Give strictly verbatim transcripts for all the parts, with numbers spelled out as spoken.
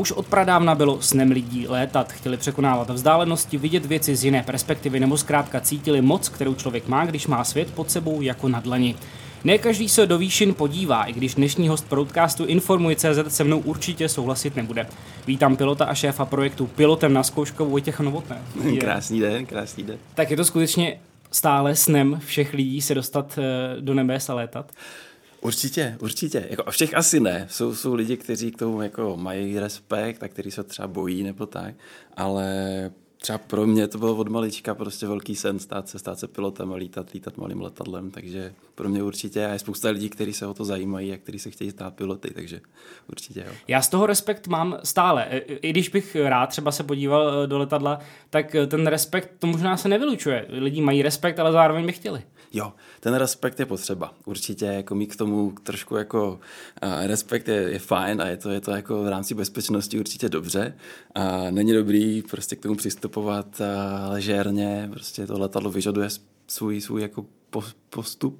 Už od pradávna bylo snem lidí létat, chtěli překonávat vzdálenosti, vidět věci z jiné perspektivy nebo zkrátka cítili moc, kterou člověk má, když má svět pod sebou jako na dlani. Ne každý se do výšin podívá, i když dnešní host podcastu Informuj tečka cé zet se mnou určitě souhlasit nebude. Vítám pilota a šéfa projektu Pilotem na zkoušku Vojtěcha Novotného. Krásný den, krásný den. Tak je to skutečně stále snem všech lidí se dostat do nebes a létat? Určitě, určitě. Jako všech asi ne. Jsou, jsou lidi, kteří k tomu jako mají respekt a kteří se třeba bojí nebo tak, ale třeba pro mě to bylo od malička prostě velký sen stát se, stát se pilotem a lítat, lítat malým letadlem, takže pro mě určitě a je spousta lidí, kteří se o to zajímají a kteří se chtějí stát piloty, takže určitě jo. Já z toho respekt mám stále. I když bych rád třeba se podíval do letadla, tak ten respekt to možná se nevylučuje. Lidi mají respekt, ale zároveň by chtěli. Jo, ten respekt je potřeba. Určitě jako mít k tomu trošku jako uh, respekt je, je fajn a je to, je to jako v rámci bezpečnosti určitě dobře. A není dobrý prostě k tomu přistupovat uh, ležérně, prostě to letadlo vyžaduje svůj, svůj jako postup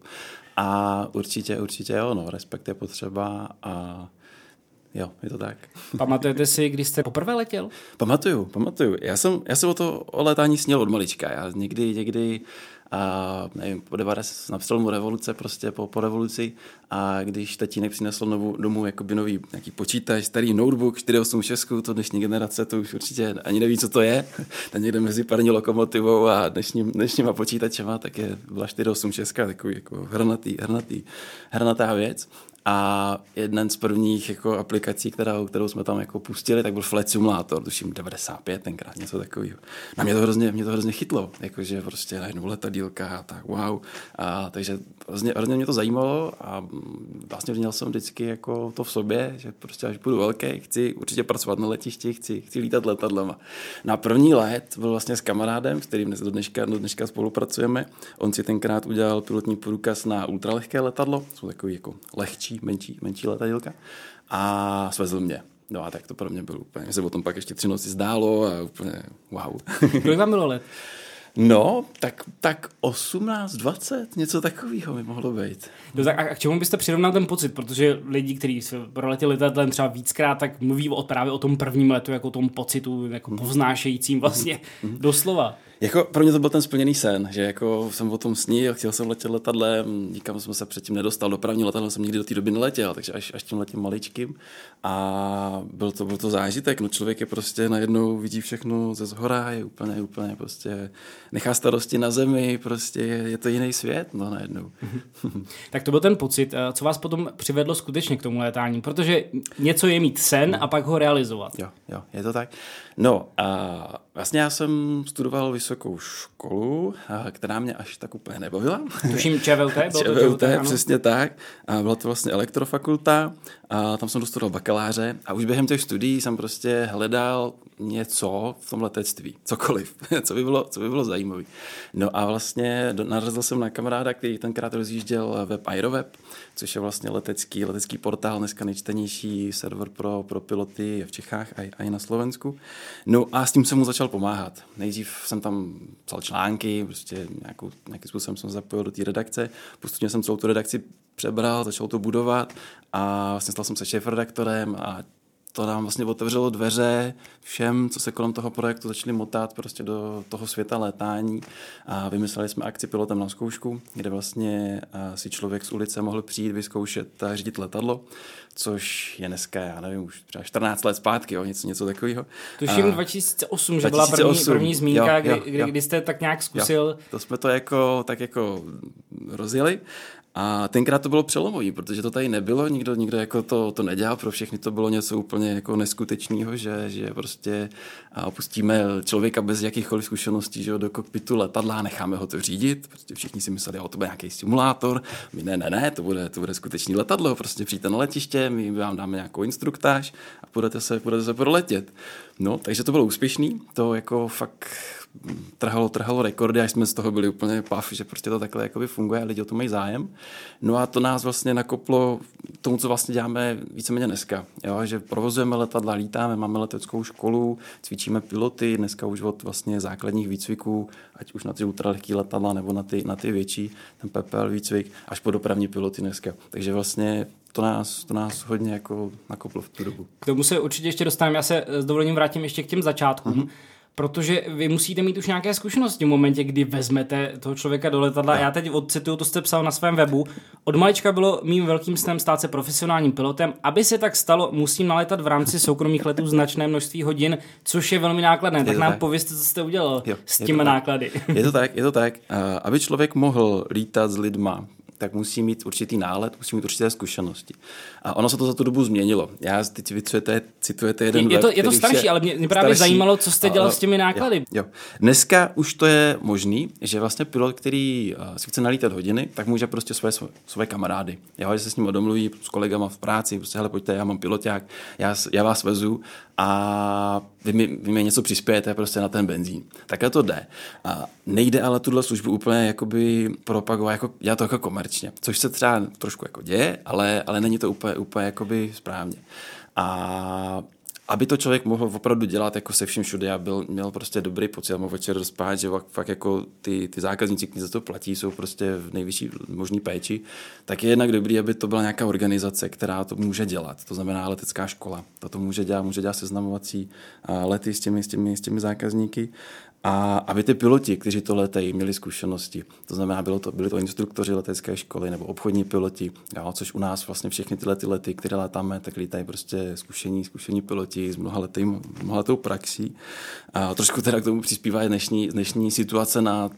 a určitě, určitě jo, no, respekt je potřeba a jo, je to tak. Pamatujete si, když jste poprvé letěl? Pamatuju, pamatuju. Já jsem, já jsem o to o létání sněl od malička. Já někdy, někdy a nevím, po devadesátém na přelomu revoluce, prostě po, po revoluci a když tatínek přinesl novou, domů jakoby nový nějaký počítač, starý notebook čtyři osm šest, to dnešní generace, to už určitě ani neví, co to je. Tam někde mezi parní lokomotivou a dnešním, dnešníma počítačema, tak je byla čtyři osm šest, takový jako hranatý, hranatý, hranatá věc. A jeden z prvních jako aplikací, kterou, kterou jsme tam jako pustili, tak byl Flight Simulator, tuším devadesát pět tenkrát, něco takového. A mě to hrozně, mě to hrozně chytlo, jakože prostě najednou letadílka a tak wow. A takže hrozně, hrozně mě to zajímalo a vlastně měl jsem vždycky jako to v sobě, že prostě až budu velký, chci určitě pracovat na letišti, chci, chci lítat letadlema. Na první let byl vlastně s kamarádem, s kterým do dneška, do dneška spolupracujeme. On si tenkrát udělal pilotní průkaz na ultralehké letadlo, jsou takový jako lehčí, menší, menší letadílka a svezl mě. No a tak to pro mě bylo úplně, mě se o tom pak ještě tři noci zdálo a úplně wow. Kolik vám bylo let? No, tak, tak osmnáct, dvacet, něco takového by mohlo být. No, tak a k čemu byste přirovnal ten pocit? Protože lidi, kteří se proletěli letadlem třeba víckrát, tak mluví o, právě o tom prvním letu, jako o tom pocitu, jako povznášejícím vlastně doslova. Jako pro mě to byl ten splněný sen, že jako jsem o tom snil, chtěl jsem letět letadlem, nikam jsem se předtím nedostal, dopravní letadlem jsem nikdy do té doby neletěl, takže až, až tím letím maličkým a byl to, byl to zážitek, no člověk je prostě najednou vidí všechno ze zhora, je úplně, úplně prostě nechá starosti na zemi, prostě je, je to jiný svět, no najednou. Tak to byl ten pocit, co vás potom přivedlo skutečně k tomu létání, protože něco je mít sen a pak ho realizovat. Jo, jo, je to tak. No a vlastně já jsem studoval vysokou školu, která mě až tak úplně nebavila. Tuším ČVUT? Bylo to ČVUT, přesně tak. A byla to vlastně elektrofakulta a tam jsem dostudoval bakaláře a už během těch studií jsem prostě hledal něco v tom letectví, cokoliv, co by bylo, co by bylo zajímavé. No a vlastně narazil jsem na kamaráda, který tenkrát rozjížděl web Aeroweb, což je vlastně letecký, letecký portál, dneska nejčtenější server pro, pro piloty v Čechách a, a i na Slovensku. No a s tím jsem mu začal pomáhat. Nejdřív jsem tam psal články, prostě nějakou, nějakým způsobem jsem zapojil do té redakce, postupně jsem celou tu redakci přebral, začal to budovat a vlastně stal jsem se šéfredaktorem a to nám vlastně otevřelo dveře všem, co se kolem toho projektu začali motat prostě do toho světa létání a vymysleli jsme akci Pilotem na zkoušku, kde vlastně si člověk z ulice mohl přijít vyzkoušet a řídit letadlo, což je dneska, já nevím, už třeba čtrnáct let zpátky, jo, něco, něco takového. Tuším dva tisíce osm, že byla první, první zmínka, jo, jo, kdy, kdy, kdy jste tak nějak zkusil. Jo, to jsme to jako, tak jako rozjeli. A tenkrát to bylo přelomový, protože to tady nebylo, nikdo, nikdo jako to, to nedělal, pro všechny to bylo něco úplně jako neskutečného, že, že prostě opustíme člověka bez jakýchkoliv zkušeností, že do kokpitu letadla, necháme ho to řídit, prostě všichni si mysleli, že to bude nějaký simulátor, my ne, ne, ne, to bude, to bude skutečný letadlo, prostě přijďte na letiště, my vám dáme nějakou instruktáž a budete se, budete se proletět. No, takže to bylo úspěšný, to jako fakt trhalo, trhalo rekordy, až jsme z toho byli úplně paf, že prostě to takhle jakoby funguje a lidi o to mají zájem. No a to nás vlastně nakoplo tomu, co vlastně děláme víceméně dneska. Jo? Že provozujeme letadla, lítáme, máme leteckou školu, cvičíme piloty, dneska už od vlastně základních výcviků, ať už na ty ultralehký letadla nebo na ty, na ty větší, ten P P L výcvik, až po dopravní piloty dneska. Takže vlastně to nás, to nás hodně jako nakoplo v tu dobu. K tomu se určitě ještě dostaneme, já se s dovolením vrátím ještě k těm začátkům. Mm-hmm. Protože vy musíte mít už nějaké zkušenosti v momentě, kdy vezmete toho člověka do letadla. No. Já teď odcituju, to jste psal na svém webu. Od malička bylo mým velkým snem stát se profesionálním pilotem. Aby se tak stalo, musím naletat v rámci soukromých letů značné množství hodin, což je velmi nákladné. Je tak nám tak. Povězte, co jste udělal jo, s těmi náklady. Je to tak, je to tak. Uh, aby člověk mohl lítat s lidma, tak musí mít určitý nálet, musí mít určité zkušenosti. A ono se to za tu dobu změnilo. Já teď vycitujete, citujete jeden je to, web, je to starší, je, ale mě, mě právě starší. Zajímalo, co jste dělal a, s těmi náklady. Jo, jo. Dneska už to je možný, že vlastně pilot, který si chce nalítat hodiny, tak může prostě své, své kamarády. Jo, že se s ním domluví s kolegama v práci, prostě hele, pojďte, já mám piloťák, já, já vás vezu a vy mi, vy mi něco přispějete prostě na ten benzín. Takhle to jde. A nejde ale tuhle službu úplně jakoby propagovat, jako, já to jako komerčně, což se třeba trošku jako děje, ale, ale není to úplně, úplně jakoby správně. A aby to člověk mohl opravdu dělat jako se vším všude, já byl, měl prostě dobrý pocit, já mohl večer spát, že fakt jako ty, ty zákazníci, kteří za to platí, jsou prostě v nejvyšší možný péči, tak je jednak dobrý, aby to byla nějaká organizace, která to může dělat. To znamená letecká škola. To to může dělat, může dělat seznamovací lety s těmi, s těmi, s těmi zákazníky. A aby ty piloti, kteří to letají, měli zkušenosti. To znamená, bylo to, byli to instruktoři letecké školy nebo obchodní piloti, jo, což u nás vlastně všechny tyhle ty lety, které letáme, tak lítají prostě zkušení, zkušení piloti s mnohaletým, mnohaletou praxí. A trošku teda k tomu přispívá dnešní, dnešní situace na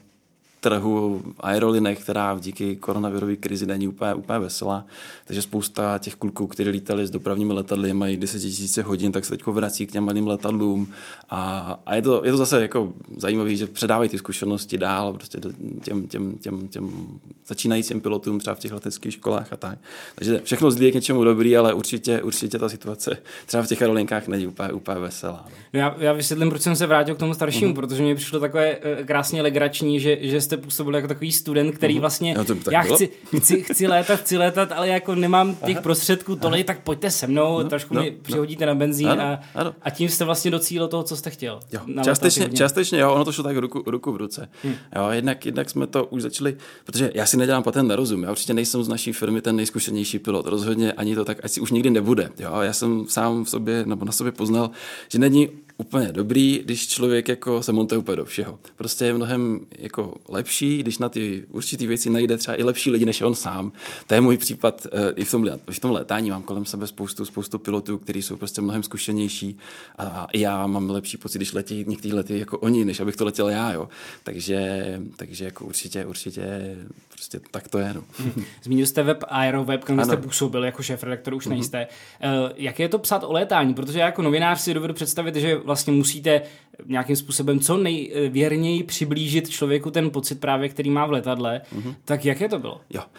trhu aerolinek, která díky koronavirové krizi není úplně, úplně veselá. Takže spousta těch kluků, kteří lítali s dopravními letadly, mají deset tisíc hodin, tak se teď vrací k těm malým letadlům. A, a je, to, je to zase jako zajímavé, že předávají ty zkušenosti dál prostě těm, těm, těm, těm začínajícím pilotům třeba v těch leteckých školách a tak. Takže všechno zlí je k něčemu dobrý, ale určitě, určitě ta situace třeba v těch aerolinkách není úplně, úplně veselá. No já, já vysvětlím, proč jsem se vrátil k tomu staršímu, mm-hmm. protože mi přišlo takové krásně legrační, že, že jste působil jako takový student, který vlastně no, já chci, chci, chci létat, chci létat, ale jako nemám těch aha, prostředků tolik, tak pojďte se mnou, no, trošku no, mi přihodíte no. na benzín ano, a, ano. a tím jste vlastně docílil toho, co jste chtěl. Jo, částečně, částečně, jo, ono to šlo tak ruku, ruku v ruce. Hmm. Jo, jednak, jednak jsme to už začali, protože já si nedělám patent na rozum, já určitě nejsem z naší firmy ten nejzkušenější pilot, rozhodně ani to tak, ať si už nikdy nebude. Jo, já jsem sám v sobě, nebo na sobě poznal, že není úplně dobrý, když člověk jako se montuje úplně do všeho. Prostě je mnohem jako lepší, když na ty určitý věci najde třeba i lepší lidi než on sám. To je můj případ uh, i v tom, v tom létání. Mám kolem sebe spoustu, spoustu pilotů, kteří jsou prostě mnohem zkušenější a, a já mám lepší pocit, když letí některý lety jako oni, než abych to letěl já. Jo. Takže, takže jako určitě, určitě prostě tak to je. No. Zmínil jste web AeroWeb, kam jste působil jako šéfredaktor, už nejste. Uh, jak je to psát o létání? Protože já jako novinář si dovedu představit, že vlastně musíte nějakým způsobem co nejvěrněji přiblížit člověku ten pocit právě, který má v letadle. Mm-hmm. Tak jaké to bylo? Jo.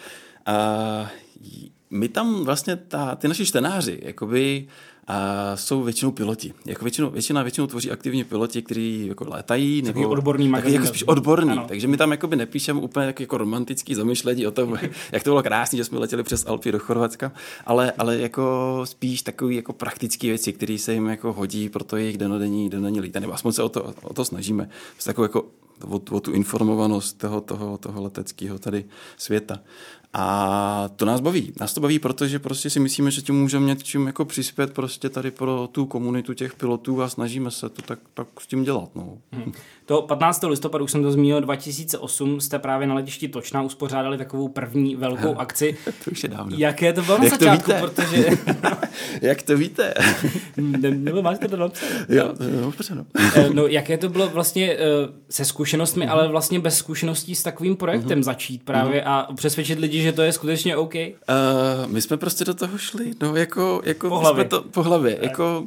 Uh, my tam vlastně, ta, ty naši čtenáři, jakoby a jsou většinou piloti. Jako většinou, většina většinou tvoří aktivní piloti, kteří jako létají. Takový nebo odborný magazín. Jako spíš odborný. Ano. Takže my tam jakoby nepíšeme úplně jako, jako romantický zamyšlení o tom, jak to bylo krásný, že jsme letěli přes Alpy do Chorvatska, ale, ale jako spíš takový jako praktické věci, které se jim jako hodí pro to jejich denodenní, denodenní lítání. Nebo aspoň se o to, o to snažíme. S takovou jako o, o tu informovanost toho, toho, toho leteckého tady světa. A to nás baví. Nás to baví, protože prostě si myslíme, že tím můžeme něčím jako přispět prostě tady pro tu komunitu těch pilotů a snažíme se to tak, tak s tím dělat. No. Hmm. To patnáctého listopadu, už jsem to zmínil, dva tisíce osm jste právě na letišti Točna uspořádali takovou první velkou akci. To už je dávno. Jaké to bylo na začátku, protože... Jak to víte? Nebo máte to napsané? Jo, no, no. no, jaké to bylo vlastně se zkušenostmi, mm. ale vlastně bez zkušeností s takovým projektem mm. začít právě mm. a přesvědčit lidi, že to je skutečně OK? Uh, my jsme prostě do toho šli, no jako, jako po hlavě. Jsme to, po hlavě, jako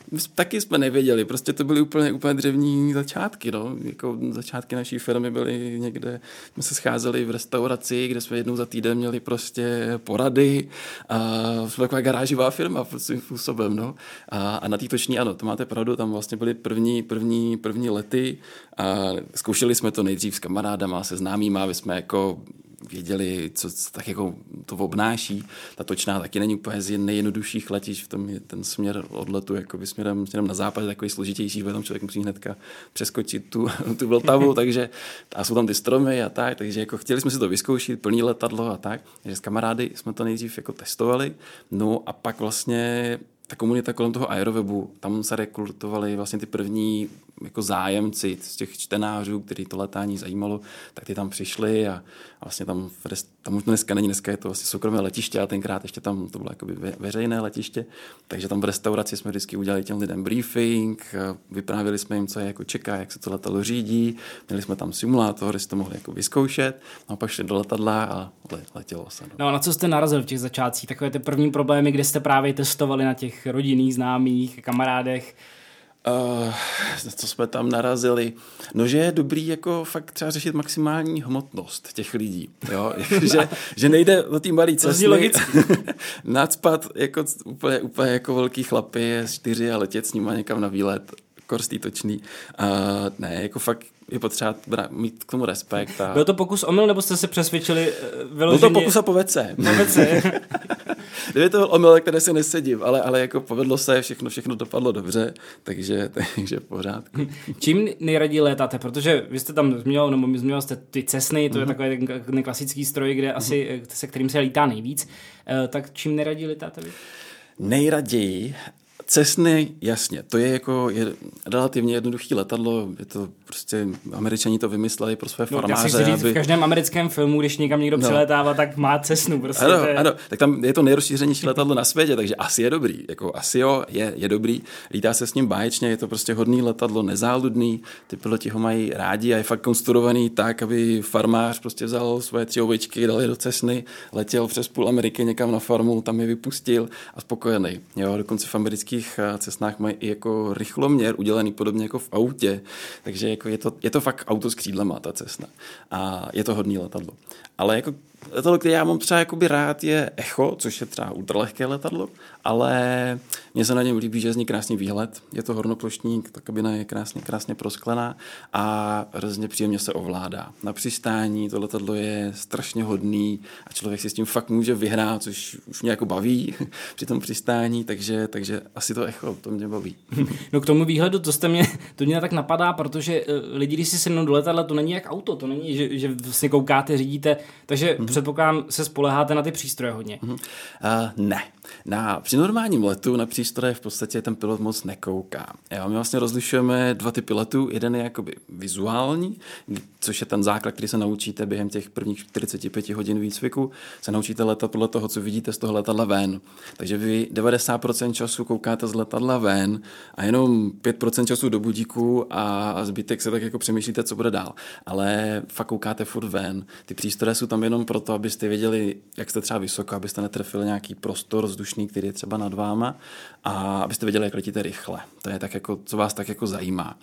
my taky jsme nevěděli, prostě to byly úplně, úplně dřevní začátky, no. Jako začátky naší firmy byly někde, jsme se scházeli v restauraci, kde jsme jednou za týden měli prostě porady a jsme taková garážová firma svým způsobem, no. A, a na té toční, ano, to máte pravdu, tam vlastně byly první, první, první lety a zkoušeli jsme to nejdřív s kamarádama, se známýma, aby jsme jako věděli, co tak jako to obnáší. Ta točná taky není úplně z nejjednodušších letišť, v tom je ten směr odletu jakoby směrem, směrem na západ takový složitější, protože tam člověk musí hnedka přeskočit tu, tu Vltavu, takže a jsou tam ty stromy a tak, takže jako chtěli jsme si to vyzkoušet, plný letadlo a tak, takže s kamarády jsme to nejdřív jako testovali, no a pak vlastně ta komunita kolem toho aerowebu, tam se rekrutovali vlastně ty první jako zájemci z těch čtenářů, který to letání zajímalo, tak ty tam přišli a vlastně tam, tam už dneska není, dneska je to vlastně soukromé letiště a tenkrát ještě tam to bylo jakoby veřejné letiště, takže tam v restauraci jsme vždycky udělali těm lidem briefing, vyprávěli jsme jim, co je jako čeká, jak se to letadlo řídí, měli jsme tam simulátor, kde to mohli jako vyzkoušet, a pak šli do letadla a letělo se. No. no a na co jste narazil v těch začátcích? Takové ty první problémy, kde jste právě testovali na těch rodinných, známých, kamarádech? Uh, co jsme tam narazili? No, že je dobrý jako fakt třeba řešit maximální hmotnost těch lidí, jo? že, že nejde do té malé cesty nacpat jako úplně, úplně jako velký chlapy je čtyři a letět s nima někam na výlet, korstý točný. Uh, ne, jako fakt je potřeba mít k tomu respekt. A... Byl to pokus omyl, nebo jste se přesvědčili vyloženě? Byl to pokus a povedl se. Povedl se. Kdyby to byl omyl, které se nesedím, ale, ale jako povedlo se, všechno, všechno dopadlo dobře, takže, takže v pořádku. Čím nejraději létáte? Protože vy jste tam zmínil, nebo my zmínil jste ty Cessny, to mm-hmm. je takový ten klasický stroj, kde mm-hmm. asi, se kterým se lítá nejvíc. Tak čím nejraději létáte vy? Nejraději Cessny, jasně, to je jako je relativně jednoduchý letadlo, je to prostě, Američani to vymysleli pro své farmáře. No, já si říct, aby... v každém americkém filmu, když někam někdo no. přilétává, tak má Cessnu. Prostě ano, je... ano, tak tam je to nejrozšířenější letadlo na světě, takže asi je dobrý, jako asi jo, je, je dobrý, lítá se s ním báječně, je to prostě hodný letadlo, nezáludný, ty piloti ho mají rádi a je fakt konstruovaný tak, aby farmář prostě vzal svoje tři ovečky, dal je do Cessny, letěl přes půl Ameriky někam na farmu, tam je vypustil a spokojený. Jo, dokonce v amerických Cessnách mají i jako rychloměr udělaný podobně jako v autě, takže jako je, to, je to fakt auto s křídlema, ta Cessna. A je to hodný letadlo. Ale jako letadlo, které já mám třeba jakoby rád, je Echo, což je třeba ultralehké letadlo, ale mně se na něm líbí, že je z ní krásný výhled. Je to hornoplošník, ta kabina je krásně, krásně prosklená a hrozně příjemně se ovládá. Na přistání to letadlo je strašně hodný a člověk si s tím fakt může vyhrát, což už mě jako baví při tom přistání, takže, takže asi to Echo, to mě baví. No k tomu výhledu, to jste mě, to mě tak napadá, protože lidi, když si sednou do letadla, to není jak auto, to není, že, že vlastně koukáte, řídíte, takže mm-hmm. předpokládám, se spoléháte na ty přístroje hodně. Mm-hmm. Uh, ne. Na, při normálním letu na přístroje v podstatě ten pilot moc nekouká. Jo, my vlastně rozlišujeme dva typy letů. Jeden je jakoby vizuální, což je ten základ, který se naučíte během těch prvních čtyřicet pět hodin výcviku. Se naučíte letat podle toho, co vidíte z toho letadla ven. Takže vy devadesát procent času koukáte z letadla ven a jenom pět procent času do budíku a, a zbytek se tak jako přemýšlíte, co bude dál. Ale fakt koukáte furt ven. Ty přístroje jsou tam jenom proto, abyste věděli, jak jste třeba vysoko, abyste netrefili nějaký prostor vzdušný, který je třeba nad váma a abyste věděli, jak letíte rychle. To je tak jako, co vás tak jako zajímá.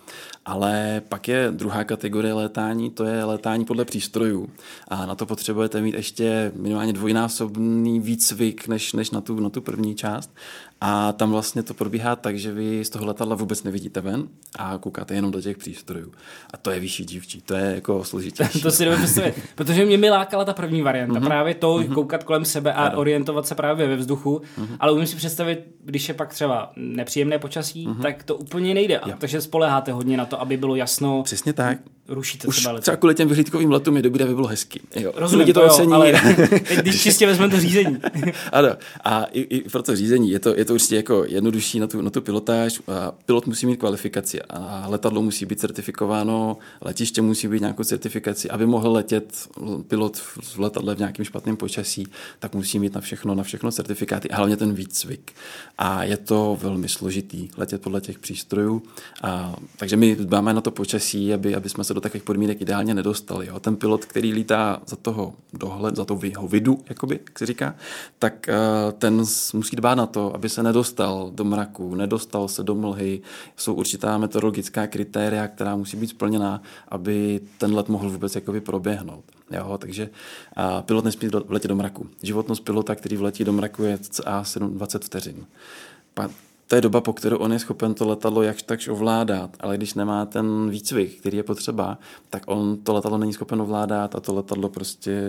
Ale pak je druhá kategorie létání, to je létání podle přístrojů. A na to potřebujete mít ještě minimálně dvojnásobný výcvik než, než na, tu, na tu první část. A tam vlastně to probíhá tak, že vy z toho letadla vůbec nevidíte ven a koukáte jenom do těch přístrojů. A to je vyšší dívčí, to je jako složitější. To si dovedu představit, protože mě mi lákala ta první varianta, mm-hmm. právě to mm-hmm. koukat kolem sebe a ano. orientovat se právě ve vzduchu, mm-hmm. ale umím si představit, když je pak třeba nepříjemné počasí, mm-hmm. tak to úplně nejde. A takže spoléháte hodně na to, aby bylo jasno. Přesně tak. Rušíte už třeba letu. Třeba kvůli těm vyhlídkovým letům je dobré, aby bylo hezky. Jo. Rozumím, to, to jo, ale teď, když čistě vezmeme to řízení. Ano, a i, i pro to řízení je to, je to určitě jako jednodušší na tu, na tu pilotáž. A pilot musí mít kvalifikaci a letadlo musí být certifikováno, letiště musí být nějakou certifikaci. Aby mohl letět pilot v letadle v nějakém špatném počasí, tak musí mít na všechno, na všechno certifikáty a hlavně ten výcvik. A je to velmi složitý letět podle těch přístrojů. A, takže my dbáme na to počasí, aby, aby jsme se do takových podmínek ideálně nedostali. Jo. Ten pilot, který lítá za toho dohled, za toho vidu, jakoby, jak se říká, tak ten musí dbát na to, aby se nedostal do mraku, nedostal se do mlhy. Jsou určitá meteorologická kritéria, která musí být splněná, aby ten let mohl vůbec jakoby proběhnout. Jo, takže a pilot nesmí do, vletět do mraku. Životnost pilota, který vletí do mraku, je cca dvacet vteřin. Pa, to je doba, po kterou on je schopen to letadlo jakž takž ovládat, ale když nemá ten výcvik, který je potřeba, tak on to letadlo není schopen ovládat a to letadlo prostě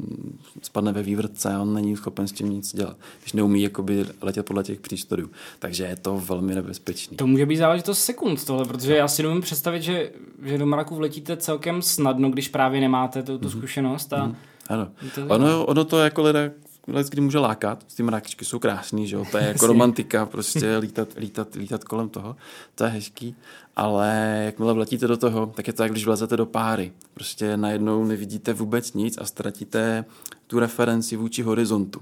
spadne ve vývrtce a on není schopen s tím nic dělat, když neumí jakoby letět podle těch přístrojů. Takže je to velmi nebezpečné. To může být záležitost sekund tohle, protože já si nemůžu představit, že, že do mraku vletíte celkem snadno, když právě nemáte tu, tu zkušenost. A... Mm-hmm. Ano. Ono, ono to jako lidé let, kdy může lákat, ty mračky jsou krásný, že jo, to je jako romantika, prostě lítat, lítat, lítat kolem toho, to je hezký, ale jakmile vletíte do toho, tak je to jak když vlezete do páry, prostě najednou nevidíte vůbec nic a ztratíte tu referenci vůči horizontu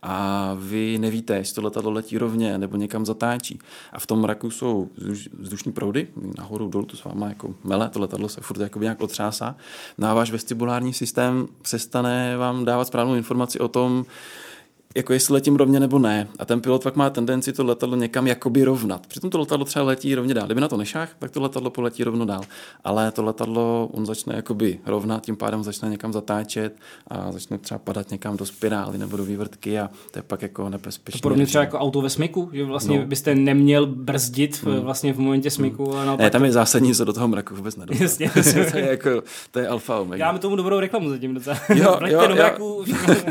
a vy nevíte, jestli to letadlo letí rovně nebo někam zatáčí a v tom mraku jsou vzdušní proudy, nahoru dolů to s váma jako mele, to letadlo se furt jako nějak otřásá, no a váš vestibulární systém přestane vám dávat správnou informaci o tom, jako jestli letím rovně nebo ne. A ten pilot pak má tendenci to letadlo někam jakoby rovnat. Přitom to letadlo třeba letí rovně dál. Kdyby na to nešáhl, tak to letadlo poletí rovno dál. Ale to letadlo on začne jakoby rovnat, tím pádem začne někam zatáčet a začne třeba padat někam do spirály nebo do vývrtky a to je pak jako nebezpečné. To podobně třeba jako auto ve smyku, že vlastně no. byste neměl brzdit hmm. vlastně v momentě smyku. Hmm. Ne, tam je zásadní se do toho mraku vůbec nedostat. Jasně. to je jako, to je alfa omega. Děláme tomu dobrou reklamu zatím docela. Jo, jo, do mraku.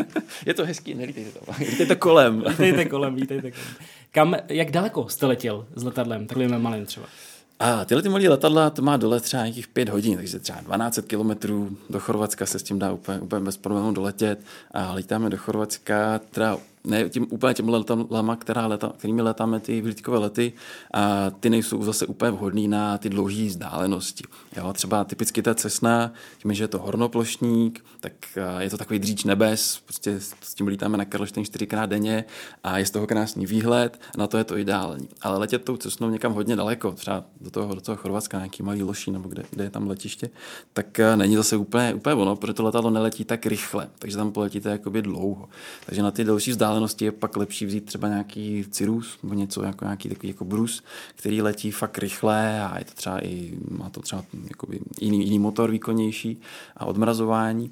Je to hezký, nelítejte to. Vítejte kolem. Vítejte kolem, vítejte kolem. Kam, jak daleko jste letěl s letadlem, takovým malým třeba? A tyhle ty malý letadla, to má dolet třeba nějakých pět hodin, takže třeba dvanáct set kilometrů do Chorvatska se s tím dá úplně, úplně bez problémů doletět a lítáme do Chorvatska, teda ne tím úplně těmi letadlama, která leta, kterými letáme ty vyhlídkové lety a ty nejsou zase úplně vhodný na ty dlouhé vzdálenosti. Jo, třeba typicky ta Cessna, tím, že je to hornoplošník, tak je to takový dříč nebes, prostě s tím lítáme na Karlštejn čtyřikrát denně a je z toho krásný výhled, na to je to ideální. Ale letět tou Cessnou někam hodně daleko, třeba do toho, do toho Chorvatska, nějaký malý Loší, nebo kde, kde je tam letiště, tak není zase úplně, úplně ono, protože to letadlo neletí tak rychle, takže tam poletíte jakoby dlouho. Takže na ty další vzdálenosti je pak lepší vzít třeba nějaký Cirrus nebo něco jako nějaký takový jako Brus, který letí fakt rychle a je to třeba i, má to třeba jakoby jiný, jiný motor výkonnější a odmrazování.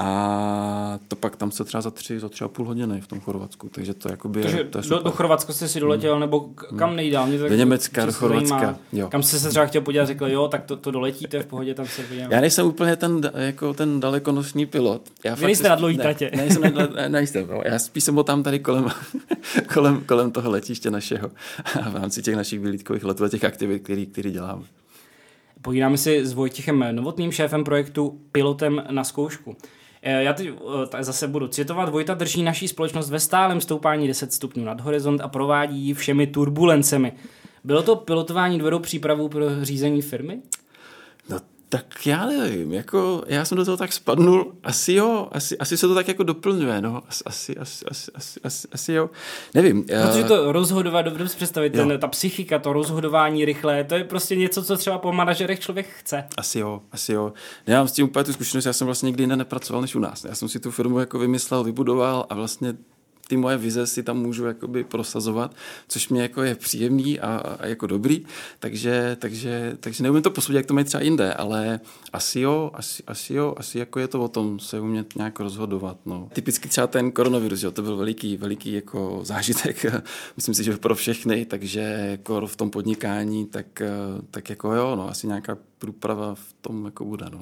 A to pak tam se třeba za tři, za tři a půl hodiny v tom Chorvatsku, takže to jakoby takže je, to je do, do Chorvatska jste si doletěl, hmm. nebo kam nejdál? Do Německa, do Chorvatska. Jo. Kam jste se třeba chtěl podívat, řekl, jo, tak to, to doletí, to je v pohodě, tam se podíváme. Já nejsem úplně ten, jako ten dalekonosný pilot. Já Vy nejste na dlouhý ne, tratě. Ne, nejsem, ne, nejsem, no. Já spíš jsem tam tady kolem, kolem, kolem toho letiště našeho a v rámci těch našich vyhlídkových letů a těch aktivit, který, který děláme. Povídáme si s Vojtěchem Novotným, šéfem projektu Pilotem na zkoušku. Já teď zase budu citovat. Vojta drží naší společnost ve stálem stoupání deset stupňů nad horizont a provádí ji všemi turbulencemi. Bylo to pilotování dvorou přípravou pro řízení firmy? No tak já nevím, jako já jsem do toho tak spadnul, asi jo, asi, asi se to tak jako doplňuje, no, asi, asi, asi, asi, asi, asi jo, nevím. Protože to rozhodovat, dobře si představit, ten, ta psychika, to rozhodování rychlé, to je prostě něco, co třeba po manažerech člověk chce. Asi jo, asi jo. Já mám s tím úplně tu zkušenost, já jsem vlastně nikdy jinde nepracoval než u nás. Já jsem si tu firmu jako vymyslel, vybudoval a vlastně ty moje vize si tam můžu jakoby prosazovat, což mě jako je příjemný a, a jako dobrý, takže, takže, takže neumím to posoudit, jak to mají třeba jinde, ale asi jo, asi, asi jo, asi jako je to o tom se umět nějak rozhodovat. No. Typicky třeba ten koronavirus, jo, to byl veliký, veliký jako zážitek, myslím si, že pro všechny, takže jako v tom podnikání, tak, tak jako jo, no, asi nějaká průprava v tom jako bude, no.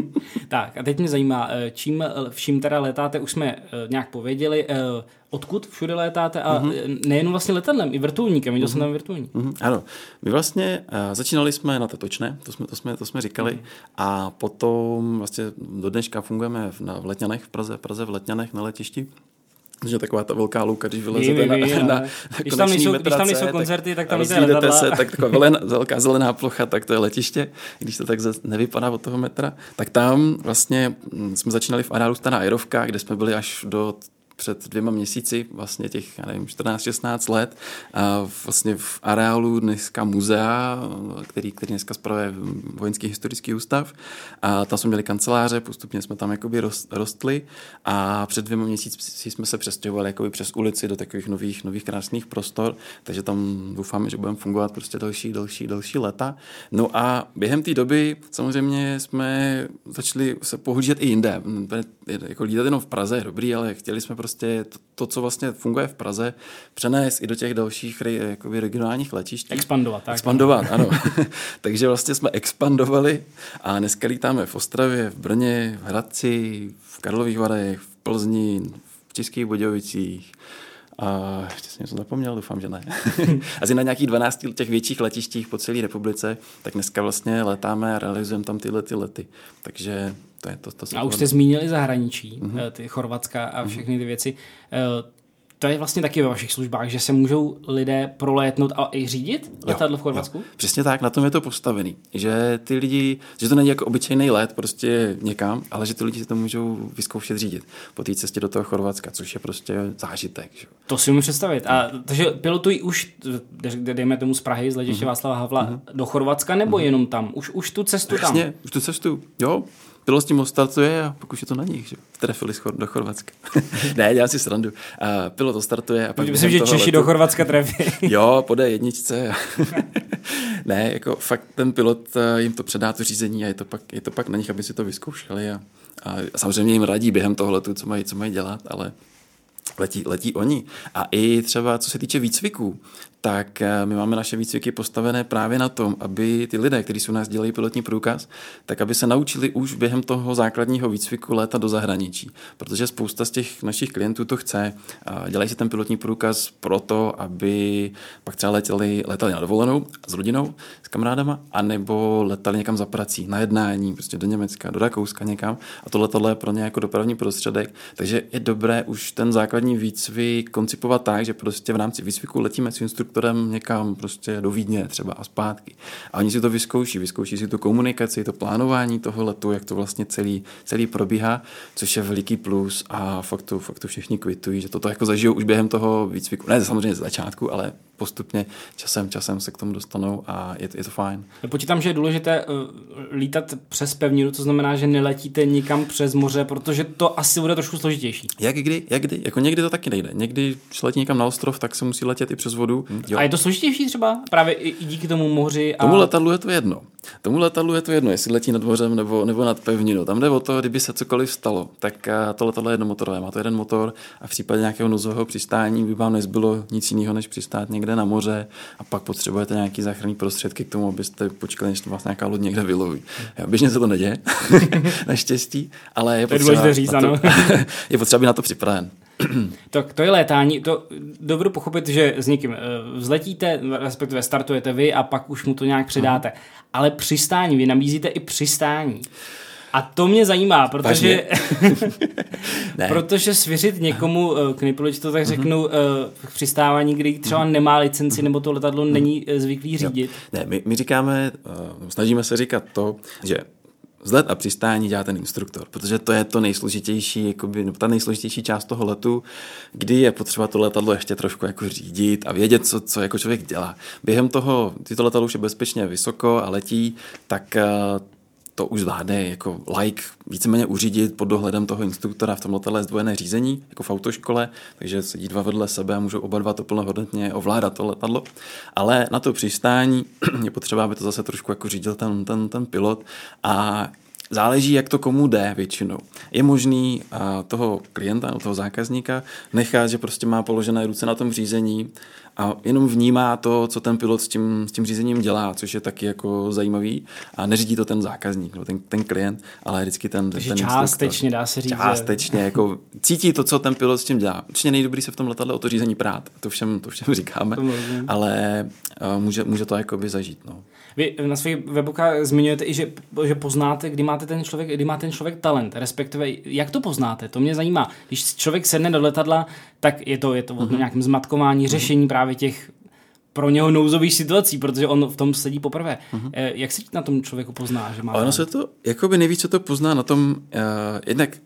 Tak a teď mě zajímá, čím vším teda letáte, už jsme nějak pověděli, odkud všude létáte a mm-hmm. nejen vlastně letadlem, i vrtulníkem, viděl mm-hmm. jsem tam vrtulník. Mm-hmm. Ano, my vlastně uh, začínali jsme na Tetočné, to jsme, to jsme, to jsme říkali, mm-hmm. a potom vlastně do dneška fungujeme v, na, v Letňanech, v Praze, Praze v Letňanech na letišti. Že taková ta velká louka, když vylezete na, na, na když, tam nejsou, když tam nejsou koncerty, tak tam jdete se, tak taková velena, velká zelená plocha, tak to je letiště, když to tak nevypadá od toho metra, tak tam vlastně jsme začínali v areálu Stará Aerovka, kde jsme byli až do před dvěma měsíci, vlastně těch, já nevím, čtrnáct šestnáct let, a vlastně v areálu dneska muzea, který, který dneska spravuje Vojenský historický ústav. A tam jsme měli kanceláře, postupně jsme tam jakoby rostli a před dvěma měsíci jsme se přestěhovali jakoby přes ulici do takových nových, nových krásných prostor, takže tam doufáme, že budeme fungovat prostě další, další, další léta. No a během té doby samozřejmě jsme začali se pohlížet i jinde. Jako lítat jenom v Praze je dobrý, ale chtěli jsme prostě to, to, co vlastně funguje v Praze, přenést i do těch dalších jakoby regionálních letišť. Expandovat, tak. Expandovat, ano. Takže vlastně jsme expandovali a dneska lítáme v Ostravě, v Brně, v Hradci, v Karlových Varech, v Plzni, v Českých Budějovicích. A ještě jsem něco zapomněl, doufám, že ne. Asi na nějakých dvanácti těch větších letištích po celé republice, tak dneska vlastně letáme a realizujeme tam tyhle ty lety. Takže to je to. to a už jste zmínili zahraničí, mm-hmm. ty Chorvatska a všechny ty věci. To je vlastně taky ve vašich službách, že se můžou lidé prolétnout a i řídit letadlo v Chorvatsku? Jo, přesně tak, na tom je to postavený. Že ty lidi, že to není jako obyčejný let prostě někam, ale že ty lidi si to můžou vyzkoušet řídit po té cestě do toho Chorvatska, což je prostě zážitek. Že? To si můžu představit. A, takže pilotují už, dejme tomu z Prahy, z letiště mm-hmm. Václava Havla mm-hmm. do Chorvatska, nebo mm-hmm. jenom tam? Už, už tu cestu tam? Přesně, už tu cestu, jo. Pilot s tím ostartuje a pak už je to na nich, že trefili do Chorvatska. Ne, dělám si srandu. A pilot ostartuje a pak... Myslím, že Češi letu... do Chorvatska trefí. Jo, podé jedničce. Ne, jako fakt ten pilot jim to předá to řízení a je to pak, je to pak na nich, aby si to vyzkoušeli a, a samozřejmě jim radí během toho letu, co mají, co mají dělat, ale letí, letí oni. A i třeba co se týče výcviků, tak my máme naše výcviky postavené právě na tom, aby ty lidé, kteří si u nás dělají pilotní průkaz, tak aby se naučili už během toho základního výcviku létat do zahraničí. Protože spousta z těch našich klientů to chce. Dělají si ten pilotní průkaz proto, aby pak třeba letali, letali na dovolenou s rodinou, s kamarádama, anebo letali někam za prací, na jednání, prostě do Německa, do Rakouska někam. A to letadlo je pro ně jako dopravní prostředek. Takže je dobré už ten základní výcvik koncipovat tak, že prostě v rámci výcviku letíme s instruktorem někam prostě do Vídně třeba a zpátky. A oni si to vyzkouší, vyzkouší si tu komunikaci, to plánování toho letu, jak to vlastně celý, celý probíhá, což je veliký plus a fakt to, fakt to všichni kvitují, že toto jako zažijou už během toho výcviku. Ne samozřejmě z začátku, ale postupně časem, časem se k tomu dostanou a je to, je to fajn. Počítám, že je důležité uh, lítat přes pevninu, to znamená, že neletíte nikam přes moře, protože to asi bude trošku složitější. Jak kdy, jak kdy, jako někdy to taky nejde. Někdy, když letí někam na ostrov, tak se musí letět i přes vodu. Jo. A je to složitější třeba právě i díky tomu moři? A... Tomu letadlu je to jedno. Tomu letadlu je to jedno, jestli letí nad mořem nebo, nebo nad pevninou. Tam jde o to, kdyby se cokoliv stalo, tak to letadlo je jednomotorové. Má to jeden motor a v případě nějakého nouzového přistání by vám nezbylo nic jiného, než přistát někde na moře a pak potřebujete nějaký záchranný prostředky k tomu, abyste počkali, než vás nějaká loď někde vyloví. Já, běžně se to neděje, naštěstí, ale je potřeba, říct, na to, je potřeba být na to připraven. Tak to je létání, to dovedu pochopit, že s někým vzletíte, respektive startujete vy a pak už mu to nějak předáte. Hmm. Ale přistání, vy nabízíte i přistání. A to mě zajímá, protože protože svěřit někomu k nejprve to tak řeknu k přistávání, kdy třeba nemá licenci nebo to letadlo není zvyklý řídit. Jo. Ne, my, my říkáme, snažíme se říkat to, že vzlet a přistání dělá ten instruktor, protože to je to nejsložitější, jakoby, ta nejsložitější část toho letu, kdy je potřeba to letadlo ještě trošku jako řídit a vědět, co, co jako člověk dělá. Během toho, tyto letadlo už je bezpečně vysoko a letí, tak to už zvládne jako like víceméně uřídit pod dohledem toho instruktora. V tom letadle je zdvojené řízení, jako v autoškole, takže sedí dva vedle sebe a můžou oba dva to plnohodnotně ovládat to letadlo. Ale na to přistání je potřeba, aby to zase trošku jako řídil ten, ten, ten pilot a záleží, jak to komu jde většinou. Je možný toho klienta, toho zákazníka nechat, že prostě má položené ruce na tom řízení a jenom vnímá to, co ten pilot s tím, s tím řízením dělá, což je taky jako zajímavý a neřídí to ten zákazník, no, ten, ten klient, ale vždycky ten, Takže ten částečně dá se říct. Částečně, že... jako cítí to, co ten pilot s tím dělá. Určitě nejdobrý se v tom letadle o to řízení prát, to všem, to všem říkáme, ale uh, může, může to jakoby zažít. No. Vy na svých webokách zmiňujete i, že, že poznáte, kdy máte ten člověk, kdy má ten člověk talent, respektive jak to poznáte, to mě zajímá. Když člověk sedne do letadla, tak je to, je to mm-hmm. o nějakém zmatkování, řešení právě těch pro něho nouzových situací, protože on v tom sedí poprvé. Mm-hmm. Jak se na tom člověku pozná, že má ono talent? se to, jakoby nejvíc se to pozná na tom, uh, jednak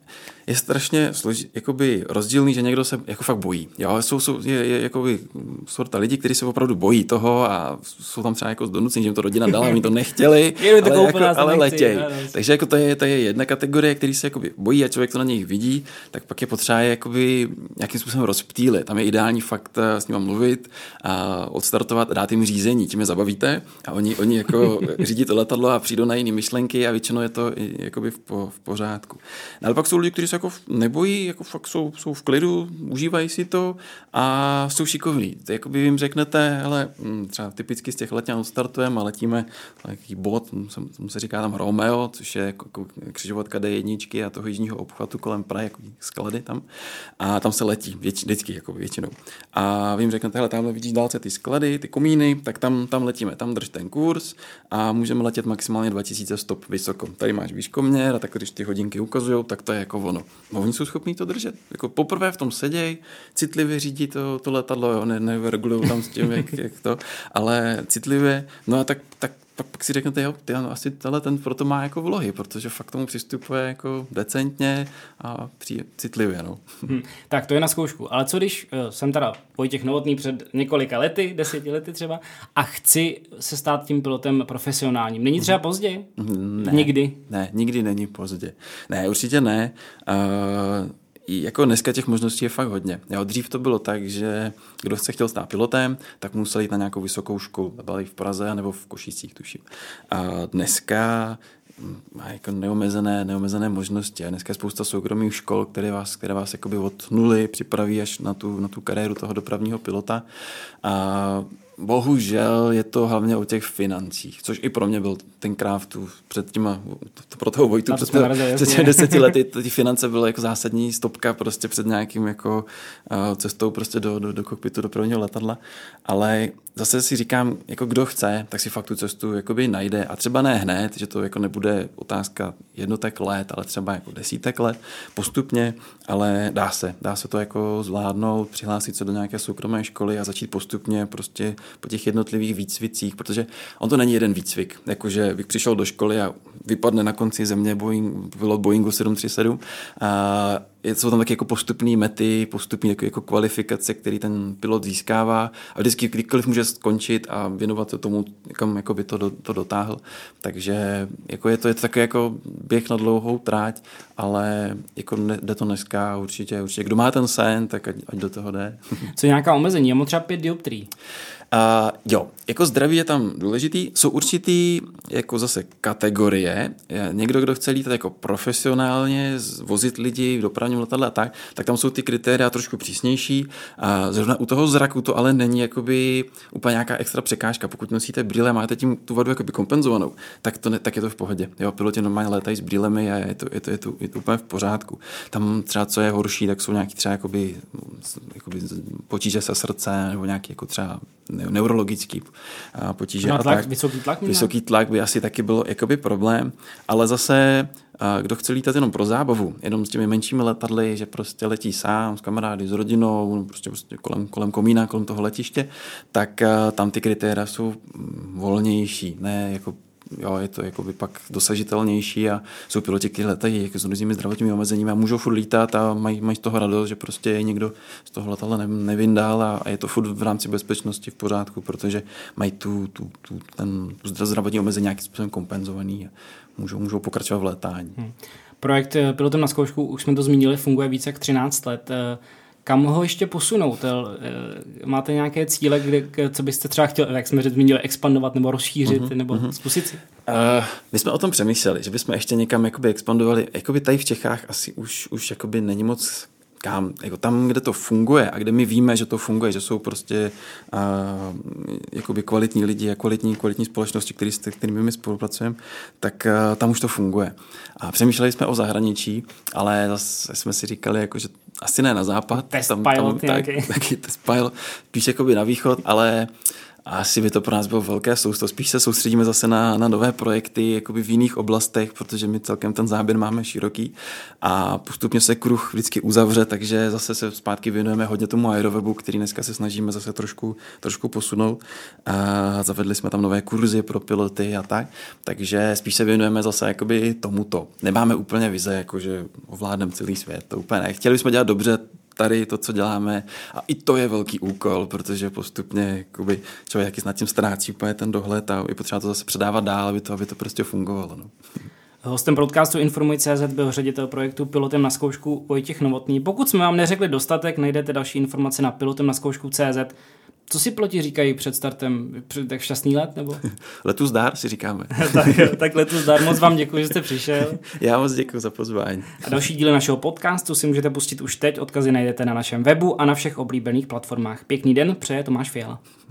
je strašně složi, jakoby rozdílný, že někdo se jako fakt bojí. Jo, jsou, jsou je, je, jakoby sorta lidí, kteří se opravdu bojí toho a jsou tam třeba jako donucení, že jim to rodina dala, oni to nechtěli, ale, jako, ale letěj. Takže jako to je, to je jedna kategorie, který se jakoby bojí a člověk to na nich vidí, tak pak je potřeba jakoby nějakým způsobem rozptýlit. Tam je ideální fakt s nimi mluvit a odstartovat, dát jim řízení, tím je zabavíte a oni, oni jako řídí to letadlo a přijdou na jiné myšlenky a většinou je to jakoby v, po, v pořádku. Ale pak jsou lidi, kteří se jako nebojí, jako fakt jsou, jsou v klidu, užívají si to a jsou šikovní. To jakoby jim řeknete, hele, třeba typicky z těch letěn odstartujeme a letíme takový bod, mu se říká tam Romeo, což je jako křižovatka D jedna a toho jižního obchvatu kolem Prahy, jako sklady tam. A tam se letí, věč, vždycky, jako většinou. A vy jim řeknete, hele, tamhle vidíš dálce ty sklady, ty komíny, tak tam, tam letíme, tam drž ten kurz a můžeme letět maximálně dva tisíce stop vysoko. Tady máš výškoměr a tak když ty hodinky ukazujou, tak to je jako ono. No, oni jsou schopní to držet. Jako poprvé v tom seděj, citlivě řídí to, to letadlo, jo, ne, neregulují tam s tím, jak, jak to, ale citlivě, no a tak, tak pak, pak si řeknete, jo, ty, ano, asi tenhle ten proto má jako vlohy, protože fakt tomu přistupuje jako decentně a při, citlivě, no. Hmm, tak to je na zkoušku, ale co když uh, jsem teda Vojtěch Novotný před několika lety, deseti lety třeba, a chci se stát tím pilotem profesionálním. Není třeba pozdě? Ne, nikdy? Ne, nikdy není pozdě. Ne, určitě ne. Uh, Jako dneska těch možností je fakt hodně. Jo, dřív to bylo tak, že kdo se chtěl stát pilotem, tak musel jít na nějakou vysokou školu. Byla v Praze nebo v Košicích, tuším. A dneska má jako neomezené, neomezené možnosti. A dneska je spousta soukromých škol, které vás, které vás jakoby od nuly připraví až na tu, na tu kariéru toho dopravního pilota. A bohužel je to hlavně o těch financích, což i pro mě byl tenkrát tu, před těma, pro toho Vojtu, před, před těmi deseti lety, ty finance byly jako zásadní stopka prostě před nějakým jako uh, cestou prostě do, do, do kokpitu dopravního letadla, ale zase si říkám, jako kdo chce, tak si fakt tu cestu jakoby najde a třeba ne hned, že to jako nebude otázka jednotek let, ale třeba jako desítek let postupně, ale dá se, dá se to jako zvládnout, přihlásit se do nějaké soukromé školy a začít postupně prostě po těch jednotlivých výcvicích, protože on to není jeden výcvik, jakože bych přišel do školy a vypadne na konci země Boeing, pilot Boeingu sedm tři sedm a jsou tam taky jako postupné mety, postupné jako, jako kvalifikace, který ten pilot získává a vždycky kdykoliv může skončit a věnovat se tomu, kam jako by to, do, to dotáhl. Takže jako je to, je to takový jako běh na dlouhou tráť, ale jako ne, jde to dneska určitě, určitě. Kdo má ten sen, tak ať, ať do toho jde. Co je nějaká omezení? Já mám třeba pět dioptrií. Uh, jo, jako zdraví je tam důležitý. Jsou určitý jako zase kategorie. Někdo, kdo chce lítat jako profesionálně, vozit lidi v dopravním letadle a tak, tak tam jsou ty kritéria trošku přísnější. A zrovna u toho zraku to ale není jakoby úplně nějaká extra překážka. Pokud nosíte brýle a máte tím tu vadu jakoby kompenzovanou, tak, to ne, tak je to v pohodě. Jo, piloti normálně létají s brýlemi a je to, je to, je to, je to úplně v pořádku. Tam třeba co je horší, tak jsou nějaký třeba jakoby, jakoby potíže se srdce nebo nějaký jako třeba neurologický potíže. No, tlak, a tak. Vysoký tlak? Vysoký tlak by asi taky byl jakoby problém, ale zase kdo chce lítat jenom pro zábavu, jenom s těmi menšími letadly, že prostě letí sám s kamarády, s rodinou, prostě, prostě kolem, kolem komína, kolem toho letiště, tak tam ty kritéria jsou volnější, ne jako jo, je to jakoby pak dosažitelnější a jsou piloti, kteří letají jako s různými zdravotními omezeními a můžou furt lítat a mají, mají z toho radost, že prostě je někdo z toho letadla ne, nevyndal a, a je to furt v rámci bezpečnosti v pořádku, protože mají tu, tu, tu, ten, tu zdravotní omezení nějakým způsobem kompenzovaný a můžou, můžou pokračovat v létání. Hmm. Projekt Pilotem na zkoušku, už jsme to zmínili, funguje více jak třináct let. Kam ho ještě posunout? Máte nějaké cíle, kde, co byste třeba chtěli, jak jsme zmínili, expandovat nebo rozšířit, uh-huh, nebo uh-huh. zkusit si? Uh, my jsme o tom přemýšleli, že bychom ještě někam jakoby expandovali. Jakoby tady v Čechách asi už, už jakoby není moc kam. Jako tam, kde to funguje a kde my víme, že to funguje, že jsou prostě uh, jakoby kvalitní lidi a kvalitní, kvalitní společnosti, který, s kterými my spolupracujeme, tak uh, tam už to funguje. A přemýšleli jsme o zahraničí, ale zase jsme si říkali, jako, že asi ne na západ. Test tam, pilot tam, tak, taky test pilot, spíš jakoby na východ, ale A asi by to pro nás bylo velké sousto. Spíš se soustředíme zase na, na nové projekty jakoby v jiných oblastech, protože my celkem ten záběr máme široký a postupně se kruh vždycky uzavře, takže zase se zpátky věnujeme hodně tomu aerowebu, který dneska se snažíme zase trošku, trošku posunout. A zavedli jsme tam nové kurzy pro piloty a tak, takže spíš se věnujeme zase jakoby tomuto. Nemáme úplně vize, jakože ovládneme celý svět, to úplně ne. Chtěli jsme dělat dobře tady to, co děláme a i to je velký úkol, protože postupně jakoby, člověk jaký nad tím ztrácí úplně ten dohled a je potřeba to zase předávat dál, aby to, aby to prostě fungovalo. No. Hostem podcastu Informuj tečka cé zet byl ředitel projektu Pilotem na zkoušku Vojtěch Novotný. Pokud jsme vám neřekli dostatek, najdete další informace na pilotem na zkoušku tečka cé zet. Co si piloti říkají před startem? Před tak šťastný let? Nebo? Letu zdar si říkáme. tak, tak letu zdar. Moc vám děkuji, že jste přišel. Já moc děkuji za pozvání. A další díly našeho podcastu si můžete pustit už teď. Odkazy najdete na našem webu a na všech oblíbených platformách. Pěkný den, přeje Tomáš Fiala.